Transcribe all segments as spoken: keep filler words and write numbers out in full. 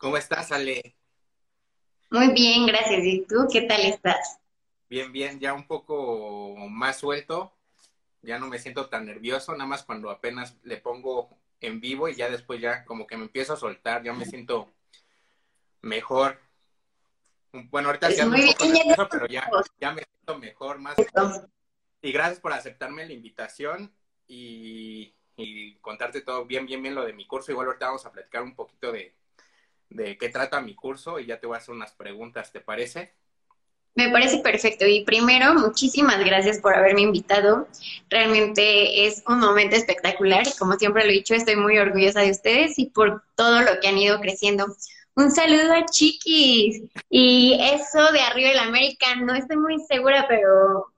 ¿Cómo estás, Ale? Muy bien, gracias. ¿Y tú qué tal estás? Bien, bien, ya un poco más suelto, ya no me siento tan nervioso, nada más cuando apenas le pongo en vivo y ya después ya como que me empiezo a soltar, ya me siento mejor. Bueno, ahorita sí Pues ando muy un poco bien, ya nervioso, pero ya, tenemos ya me siento mejor, más. esto. Y gracias por aceptarme la invitación y, y contarte todo bien, bien, bien lo de mi curso. Igual ahorita vamos a platicar un poquito de, de qué trata mi curso y ya te voy a hacer unas preguntas, ¿te parece? Me parece perfecto. Y primero, muchísimas gracias por haberme invitado. Realmente es un momento espectacular y como siempre lo he dicho, estoy muy orgullosa de ustedes y por todo lo que han ido creciendo. Un saludo a Chiquis. Y eso de arriba el América, no estoy muy segura, pero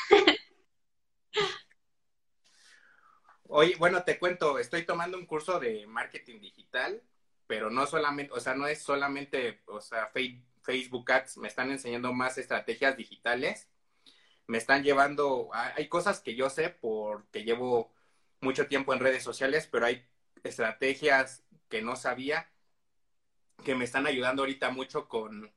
Oye, bueno, te cuento, estoy tomando un curso de marketing digital, pero no solamente, o sea, no es solamente, o sea, Fe- Facebook Ads, me están enseñando más estrategias digitales, me están llevando, hay hay cosas que yo sé porque llevo mucho tiempo en redes sociales, pero hay estrategias que no sabía que me están ayudando ahorita mucho con,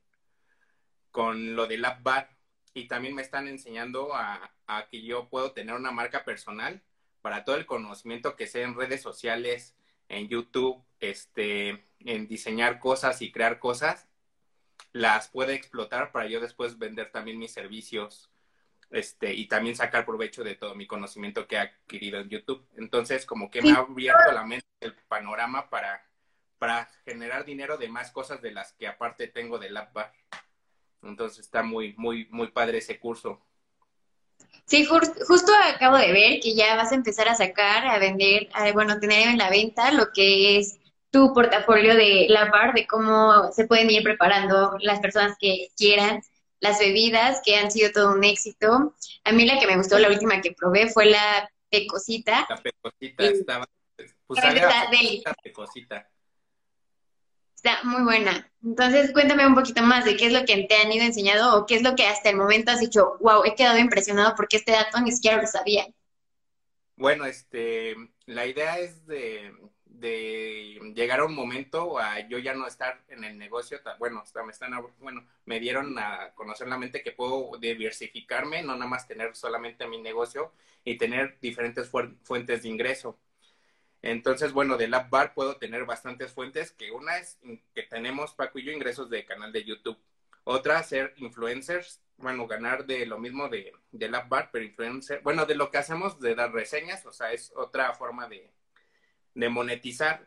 con lo del App Bar y también me están enseñando a, a que yo puedo tener una marca personal para todo el conocimiento que sé en redes sociales, en YouTube, este, en diseñar cosas y crear cosas, las puede explotar para yo después vender también mis servicios, este, y también sacar provecho de todo mi conocimiento que he adquirido en YouTube. Entonces, como que me ha sí. abierto la mente, el panorama para, para generar dinero de más cosas de las que aparte tengo del App Bar. Entonces está muy, muy, muy padre ese curso. Sí, jur- justo acabo de ver que ya vas a empezar a sacar, a vender, a, bueno, tener en la venta lo que es tu portafolio de la bar, de cómo se pueden ir preparando las personas que quieran, las bebidas que han sido todo un éxito. A mí la que me gustó, la última que probé fue la pecosita La pecosita y estaba, pues realmente sabe a está deli, pecosita, pecosita. está muy buena. Entonces, cuéntame un poquito más de qué es lo que te han ido enseñando o qué es lo que hasta el momento has dicho, wow, he quedado impresionado porque este dato ni siquiera lo sabía. Bueno, este, la idea es de, de llegar a un momento a yo ya no estar en el negocio, ta- bueno, hasta me están, ab- bueno, me dieron a conocer la mente que puedo diversificarme, no nada más tener solamente mi negocio y tener diferentes fuer- fuentes de ingreso. Entonces, bueno, del App Bar puedo tener bastantes fuentes, que una es que tenemos Paco y yo ingresos de canal de YouTube. Otra, ser influencers, bueno, ganar de lo mismo de, del App Bar, pero influencer, bueno, de lo que hacemos de dar reseñas, o sea, es otra forma de, de monetizar,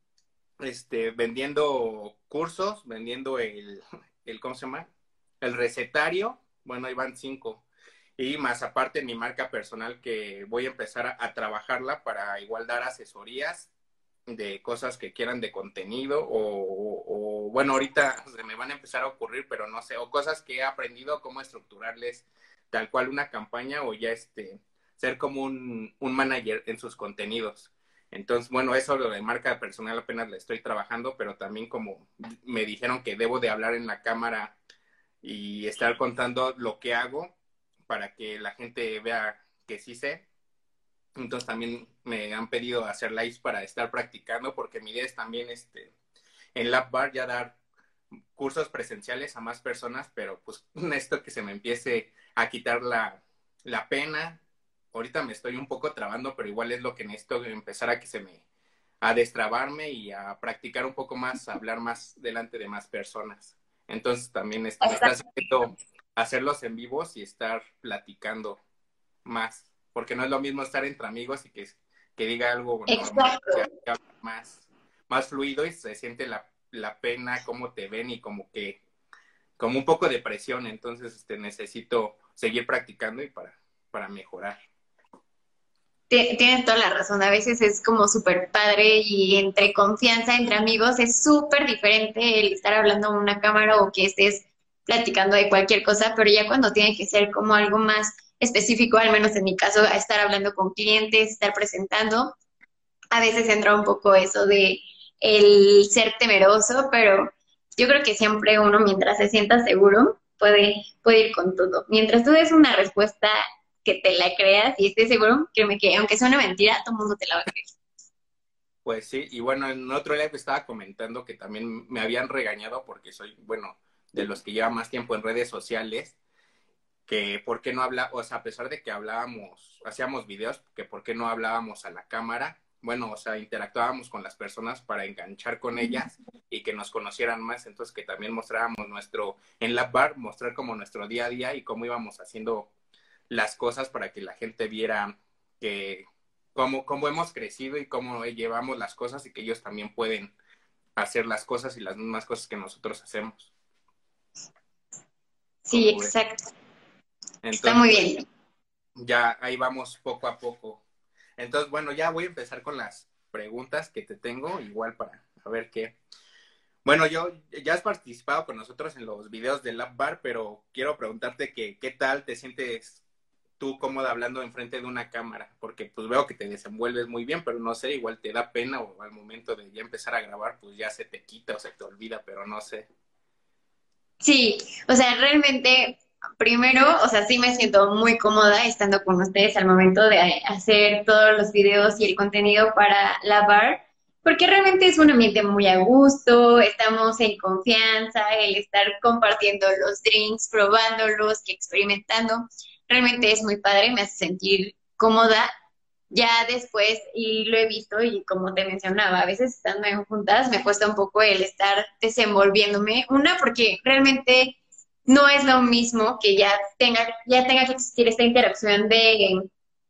este, vendiendo cursos, vendiendo el, el, ¿cómo se llama? El recetario, bueno, ahí van cinco. Y más aparte mi marca personal que voy a empezar a, a trabajarla para igual dar asesorías de cosas que quieran de contenido o, o, bueno, ahorita se me van a empezar a ocurrir, pero no sé, o cosas que he aprendido cómo estructurarles tal cual una campaña o ya este, ser como un, un manager en sus contenidos. Entonces, bueno, eso lo de marca personal apenas la estoy trabajando, pero también como me dijeron que debo de hablar en la cámara y estar contando lo que hago para que la gente vea que sí sé, entonces también me han pedido hacer lives para estar practicando porque mi idea es también este, en Lab Bar ya dar cursos presenciales a más personas, pero pues esto que se me empiece a quitar la, la pena. Ahorita me estoy un poco trabando, pero igual es lo que necesito empezar a que se me a destrabarme y a practicar un poco más, a hablar más delante de más personas. Entonces también este, me está haciendo hacerlos en vivos y estar platicando más, porque no es lo mismo estar entre amigos y que, que diga algo normal, Exacto. que hable más, más fluido y se siente la, la pena, cómo te ven y como que, como un poco de presión, entonces este, necesito seguir practicando y para, para mejorar. Ti- Tienes toda la razón, a veces es como súper padre y entre confianza, entre amigos, es súper diferente el estar hablando a una cámara o que estés platicando de cualquier cosa, pero ya cuando tiene que ser como algo más específico, al menos en mi caso, a estar hablando con clientes, estar presentando, a veces entra un poco eso de el ser temeroso, pero yo creo que siempre uno, mientras se sienta seguro, puede, puede ir con todo. Mientras tú des una respuesta que te la creas y estés seguro, créeme que aunque sea una mentira, todo el mundo te la va a creer. Pues sí, y bueno, en otro live estaba comentando que también me habían regañado porque soy, bueno, de los que lleva más tiempo en redes sociales, que por qué no habla, o sea, a pesar de que hablábamos, hacíamos videos, que por qué no hablábamos a la cámara, bueno, o sea, interactuábamos con las personas para enganchar con ellas y que nos conocieran más, entonces que también mostráramos nuestro, en la bar, mostrar como nuestro día a día y cómo íbamos haciendo las cosas para que la gente viera que cómo, cómo hemos crecido y cómo llevamos las cosas y que ellos también pueden hacer las cosas y las mismas cosas que nosotros hacemos. Sí, Como ves. exacto. Está Entonces, muy pues bien. ya ahí vamos poco a poco. Entonces, bueno, ya voy a empezar con las preguntas que te tengo, igual para a ver qué. Bueno, yo ya has participado con nosotros en los videos de Lab Bar, pero quiero preguntarte que qué tal te sientes tú cómoda hablando enfrente de una cámara, porque pues veo que te desenvuelves muy bien, pero no sé, igual te da pena o al momento de ya empezar a grabar, pues ya se te quita o se te olvida, pero no sé. Sí, o sea, realmente, primero, o sea, sí me siento muy cómoda estando con ustedes al momento de hacer todos los videos y el contenido para la bar, porque realmente es un ambiente muy a gusto, estamos en confianza, el estar compartiendo los drinks, probándolos y experimentando, realmente es muy padre, me hace sentir cómoda. Ya después, y lo he visto, y como te mencionaba, a veces estando en juntas me cuesta un poco el estar desenvolviéndome. Una, porque realmente no es lo mismo que ya tenga, ya tenga que existir esta interacción de,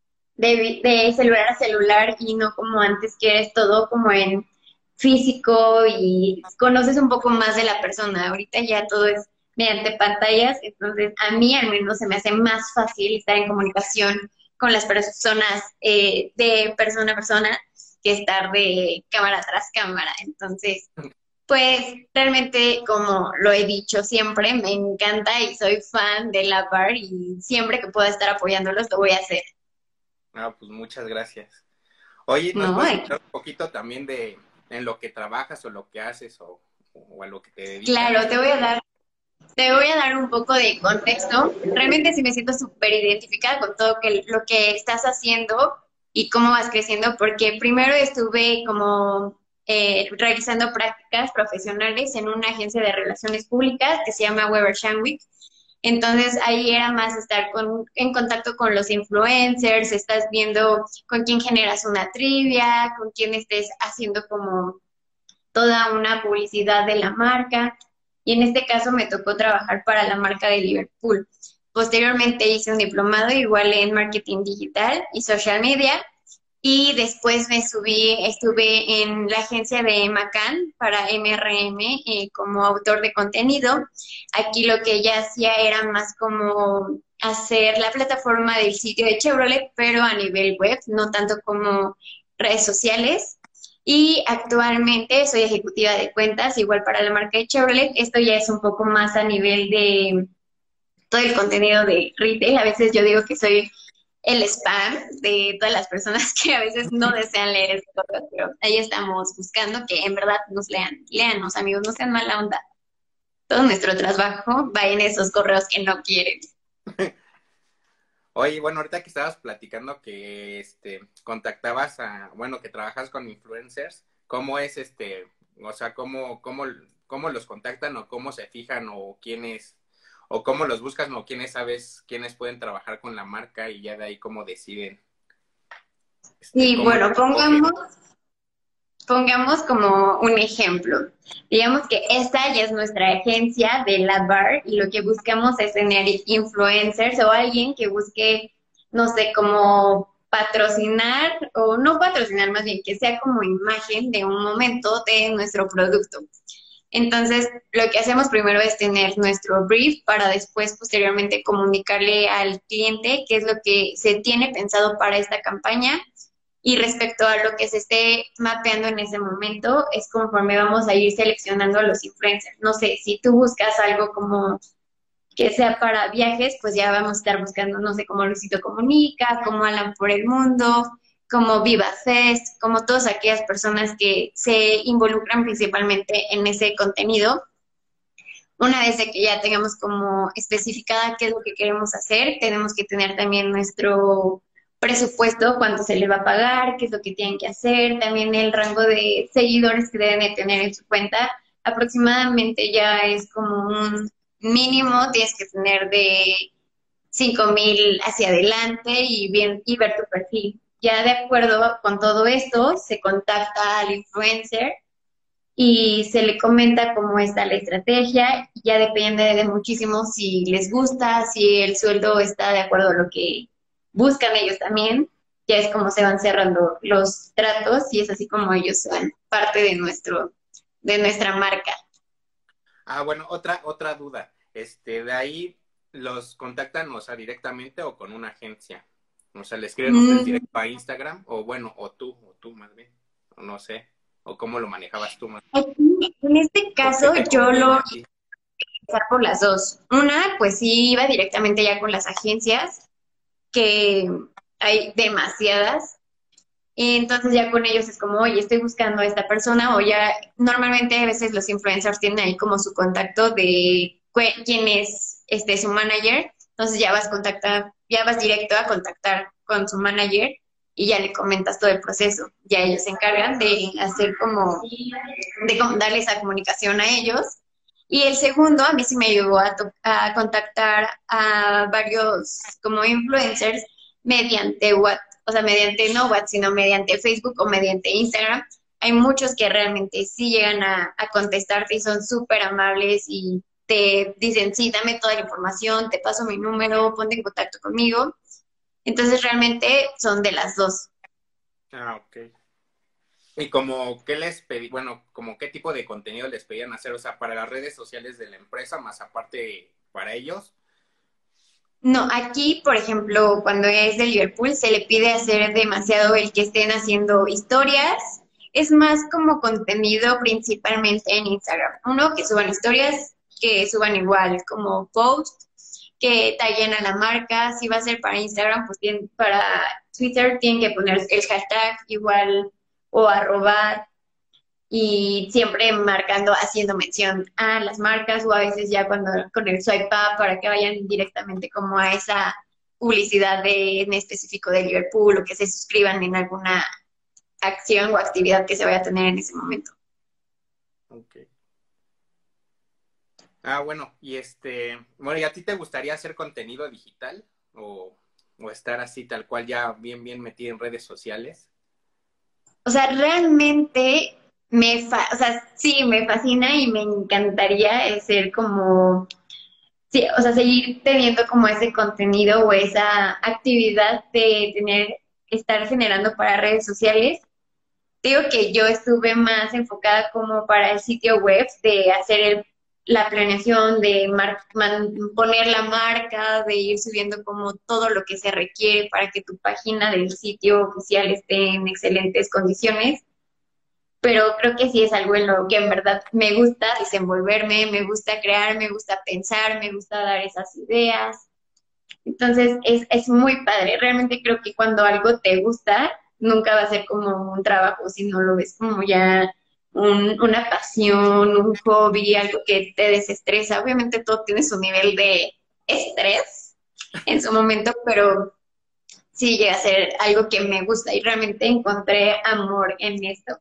de, de celular a celular y no como antes que eres todo como en físico y conoces un poco más de la persona. Ahorita ya todo es mediante pantallas, entonces a mí al menos se me hace más fácil estar en comunicación con las personas eh, de persona a persona que estar de cámara tras cámara. Entonces, pues realmente, como lo he dicho siempre, me encanta y soy fan de la bar y siempre que pueda estar apoyándolos lo voy a hacer. Ah, pues muchas gracias. Oye, ¿nos No, puedes ay, contar un poquito también de en lo que trabajas o lo que haces o, o a lo que te claro, dedicas? te voy a dar Te voy a dar un poco de contexto. Realmente sí me siento súper identificada con todo que, lo que estás haciendo y cómo vas creciendo, porque primero estuve como eh, realizando prácticas profesionales en una agencia de relaciones públicas que se llama Weber Shandwick. Entonces ahí era más estar con, en contacto con los influencers, estás viendo con quién generas una trivia, con quién estés haciendo como toda una publicidad de la marca y en este caso me tocó trabajar para la marca de Liverpool. Posteriormente hice un diplomado igual en marketing digital y social media y después me subí, estuve en la agencia de Macan para M R M eh, como autor de contenido. Aquí lo que ella hacía era más como hacer la plataforma del sitio de Chevrolet, pero a nivel web, no tanto como redes sociales. Y actualmente soy ejecutiva de cuentas, igual para la marca de Chevrolet. Esto ya es un poco más a nivel de todo el contenido de retail. A veces yo digo que soy el spam de todas las personas que a veces no desean leer esas cosas, pero ahí estamos buscando que en verdad nos lean. Leanos, amigos, no sean mala onda. Todo nuestro trabajo va en esos correos que no quieren. Oye, bueno, ahorita que estabas platicando que este contactabas a, bueno, que trabajas con influencers, ¿cómo es este, o sea, cómo, cómo, cómo los contactan o cómo se fijan o quiénes, o cómo los buscas o quiénes sabes, quiénes pueden trabajar con la marca y ya de ahí cómo deciden, este, Y cómo los bueno, pongamos escogen? Pongamos como un ejemplo. Digamos que esta ya es nuestra agencia de la bar y lo que buscamos es tener influencers o alguien que busque, no sé, como patrocinar o no patrocinar, más bien que sea como imagen de un momento de nuestro producto. Entonces, lo que hacemos primero es tener nuestro brief para después, posteriormente, comunicarle al cliente qué es lo que se tiene pensado para esta campaña y respecto a lo que se esté mapeando en ese momento, es conforme vamos a ir seleccionando a los influencers. No sé, si tú buscas algo como que sea para viajes, pues ya vamos a estar buscando, no sé, como Luisito Comunica, como Alan por el Mundo, como Viva Fest, como todas aquellas personas que se involucran principalmente en ese contenido. Una vez de que ya tengamos como especificada qué es lo que queremos hacer, tenemos que tener también nuestro presupuesto, cuánto se les va a pagar, qué es lo que tienen que hacer, también el rango de seguidores que deben de tener en su cuenta. Aproximadamente ya es como un mínimo, tienes que tener de cinco mil hacia adelante y, bien, y ver tu perfil. Ya de acuerdo con todo esto, se contacta al influencer y se le comenta cómo está la estrategia. Ya depende de muchísimo si les gusta, si el sueldo está de acuerdo a lo que buscan ellos también. Ya es como se van cerrando los tratos y es así como ellos son parte de nuestro, de nuestra marca. Ah, bueno, otra, otra duda. Este, de ahí los contactan, o sea, directamente o con una agencia. O sea, le escriben ustedes Mm, directo a Instagram, o bueno, o tú, o tú más bien, o no sé, o cómo lo manejabas tú más, aquí, en este o qué caso, te yo conviene lo a ti. empezar por las dos. Una, pues sí, iba directamente ya con las agencias, que hay demasiadas. Y entonces ya con ellos es como, oye, estoy buscando a esta persona, o ya normalmente a veces los influencers tienen ahí como su contacto de cu- quién es este su manager. Entonces ya vas a contactar, ya vas directo a contactar con su manager y ya le comentas todo el proceso. Ya ellos se encargan de hacer como, de como darle esa comunicación a ellos. Y el segundo, a mí sí me llegó a, to- a contactar a varios como influencers mediante WhatsApp, o sea, mediante no WhatsApp, sino mediante Facebook o mediante Instagram. Hay muchos que realmente sí llegan a, a contestarte y son súper amables y te dicen, sí, dame toda la información, te paso mi número, ponte en contacto conmigo. Entonces realmente son de las dos. Ah, ok. Y como, ¿qué les pedí? Bueno, como qué tipo de contenido les pedían hacer, o sea, para las redes sociales de la empresa, más aparte para ellos. No, aquí, por ejemplo, cuando es de Liverpool, se le pide hacer demasiado el que estén haciendo historias. Es más como contenido principalmente en Instagram. Uno, que suban historias, que suban igual como post, que taguen a la marca. Si va a ser para Instagram, pues tienen, para Twitter tienen que poner el hashtag igual o arroba y siempre marcando, haciendo mención a las marcas o a veces ya cuando con el swipe up para que vayan directamente como a esa publicidad de, en específico de Liverpool o que se suscriban en alguna acción o actividad que se vaya a tener en ese momento. Ok. Ah, bueno, y este, bueno, ¿y a ti te gustaría hacer contenido digital o, o estar así tal cual ya bien, bien metido en redes sociales? O sea, realmente me, fa o sea, sí, me fascina y me encantaría ser como, sí, o sea, seguir teniendo como ese contenido o esa actividad de tener, estar generando para redes sociales. Digo que yo estuve más enfocada como para el sitio web, de hacer el- la planeación, de mar- man- poner la marca, de ir subiendo como todo lo que se requiere para que tu página del sitio oficial esté en excelentes condiciones. Pero creo que sí es algo en lo que en verdad me gusta desenvolverme, me gusta crear, me gusta pensar, me gusta dar esas ideas. Entonces es, es muy padre. Realmente creo que cuando algo te gusta, nunca va a ser como un trabajo, sino lo ves como ya un, una pasión, un hobby, algo que te desestresa. Obviamente todo tiene su nivel de estrés en su momento, pero sí llega a ser algo que me gusta y realmente encontré amor en esto.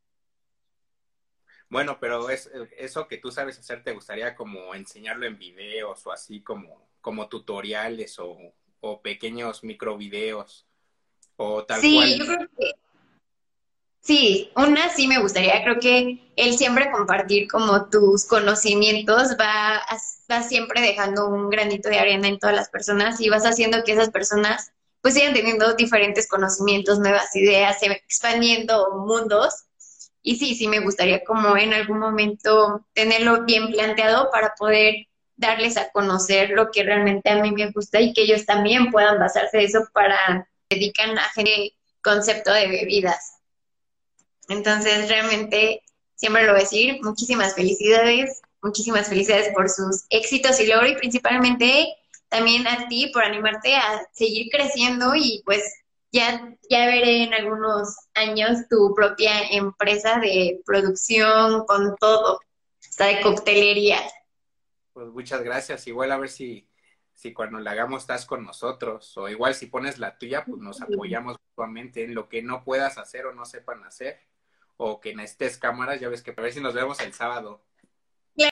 Bueno, pero es eso que tú sabes hacer, ¿te gustaría como enseñarlo en videos o así como, como tutoriales o, o pequeños microvideos o tal Sí, yo cual? creo que sí, una sí me gustaría, creo que el siempre compartir como tus conocimientos va, a- va siempre dejando un granito de arena en todas las personas y vas haciendo que esas personas pues sigan teniendo diferentes conocimientos, nuevas ideas, se- expandiendo mundos. Y sí, sí me gustaría como en algún momento tenerlo bien planteado para poder darles a conocer lo que realmente a mí me gusta y que ellos también puedan basarse de eso para dedican a generar concepto de bebidas. Entonces, realmente, siempre lo voy a decir, muchísimas felicidades, muchísimas felicidades por sus éxitos y logros y principalmente también a ti por animarte a seguir creciendo y pues ya, ya veré en algunos años tu propia empresa de producción con todo, hasta de coctelería. Pues muchas gracias. Igual a ver si, si cuando la hagamos estás con nosotros, o igual si pones la tuya, pues nos apoyamos mutuamente en lo que no puedas hacer o no sepan hacer, o que necesites cámaras, ya ves que a ver si nos vemos el sábado.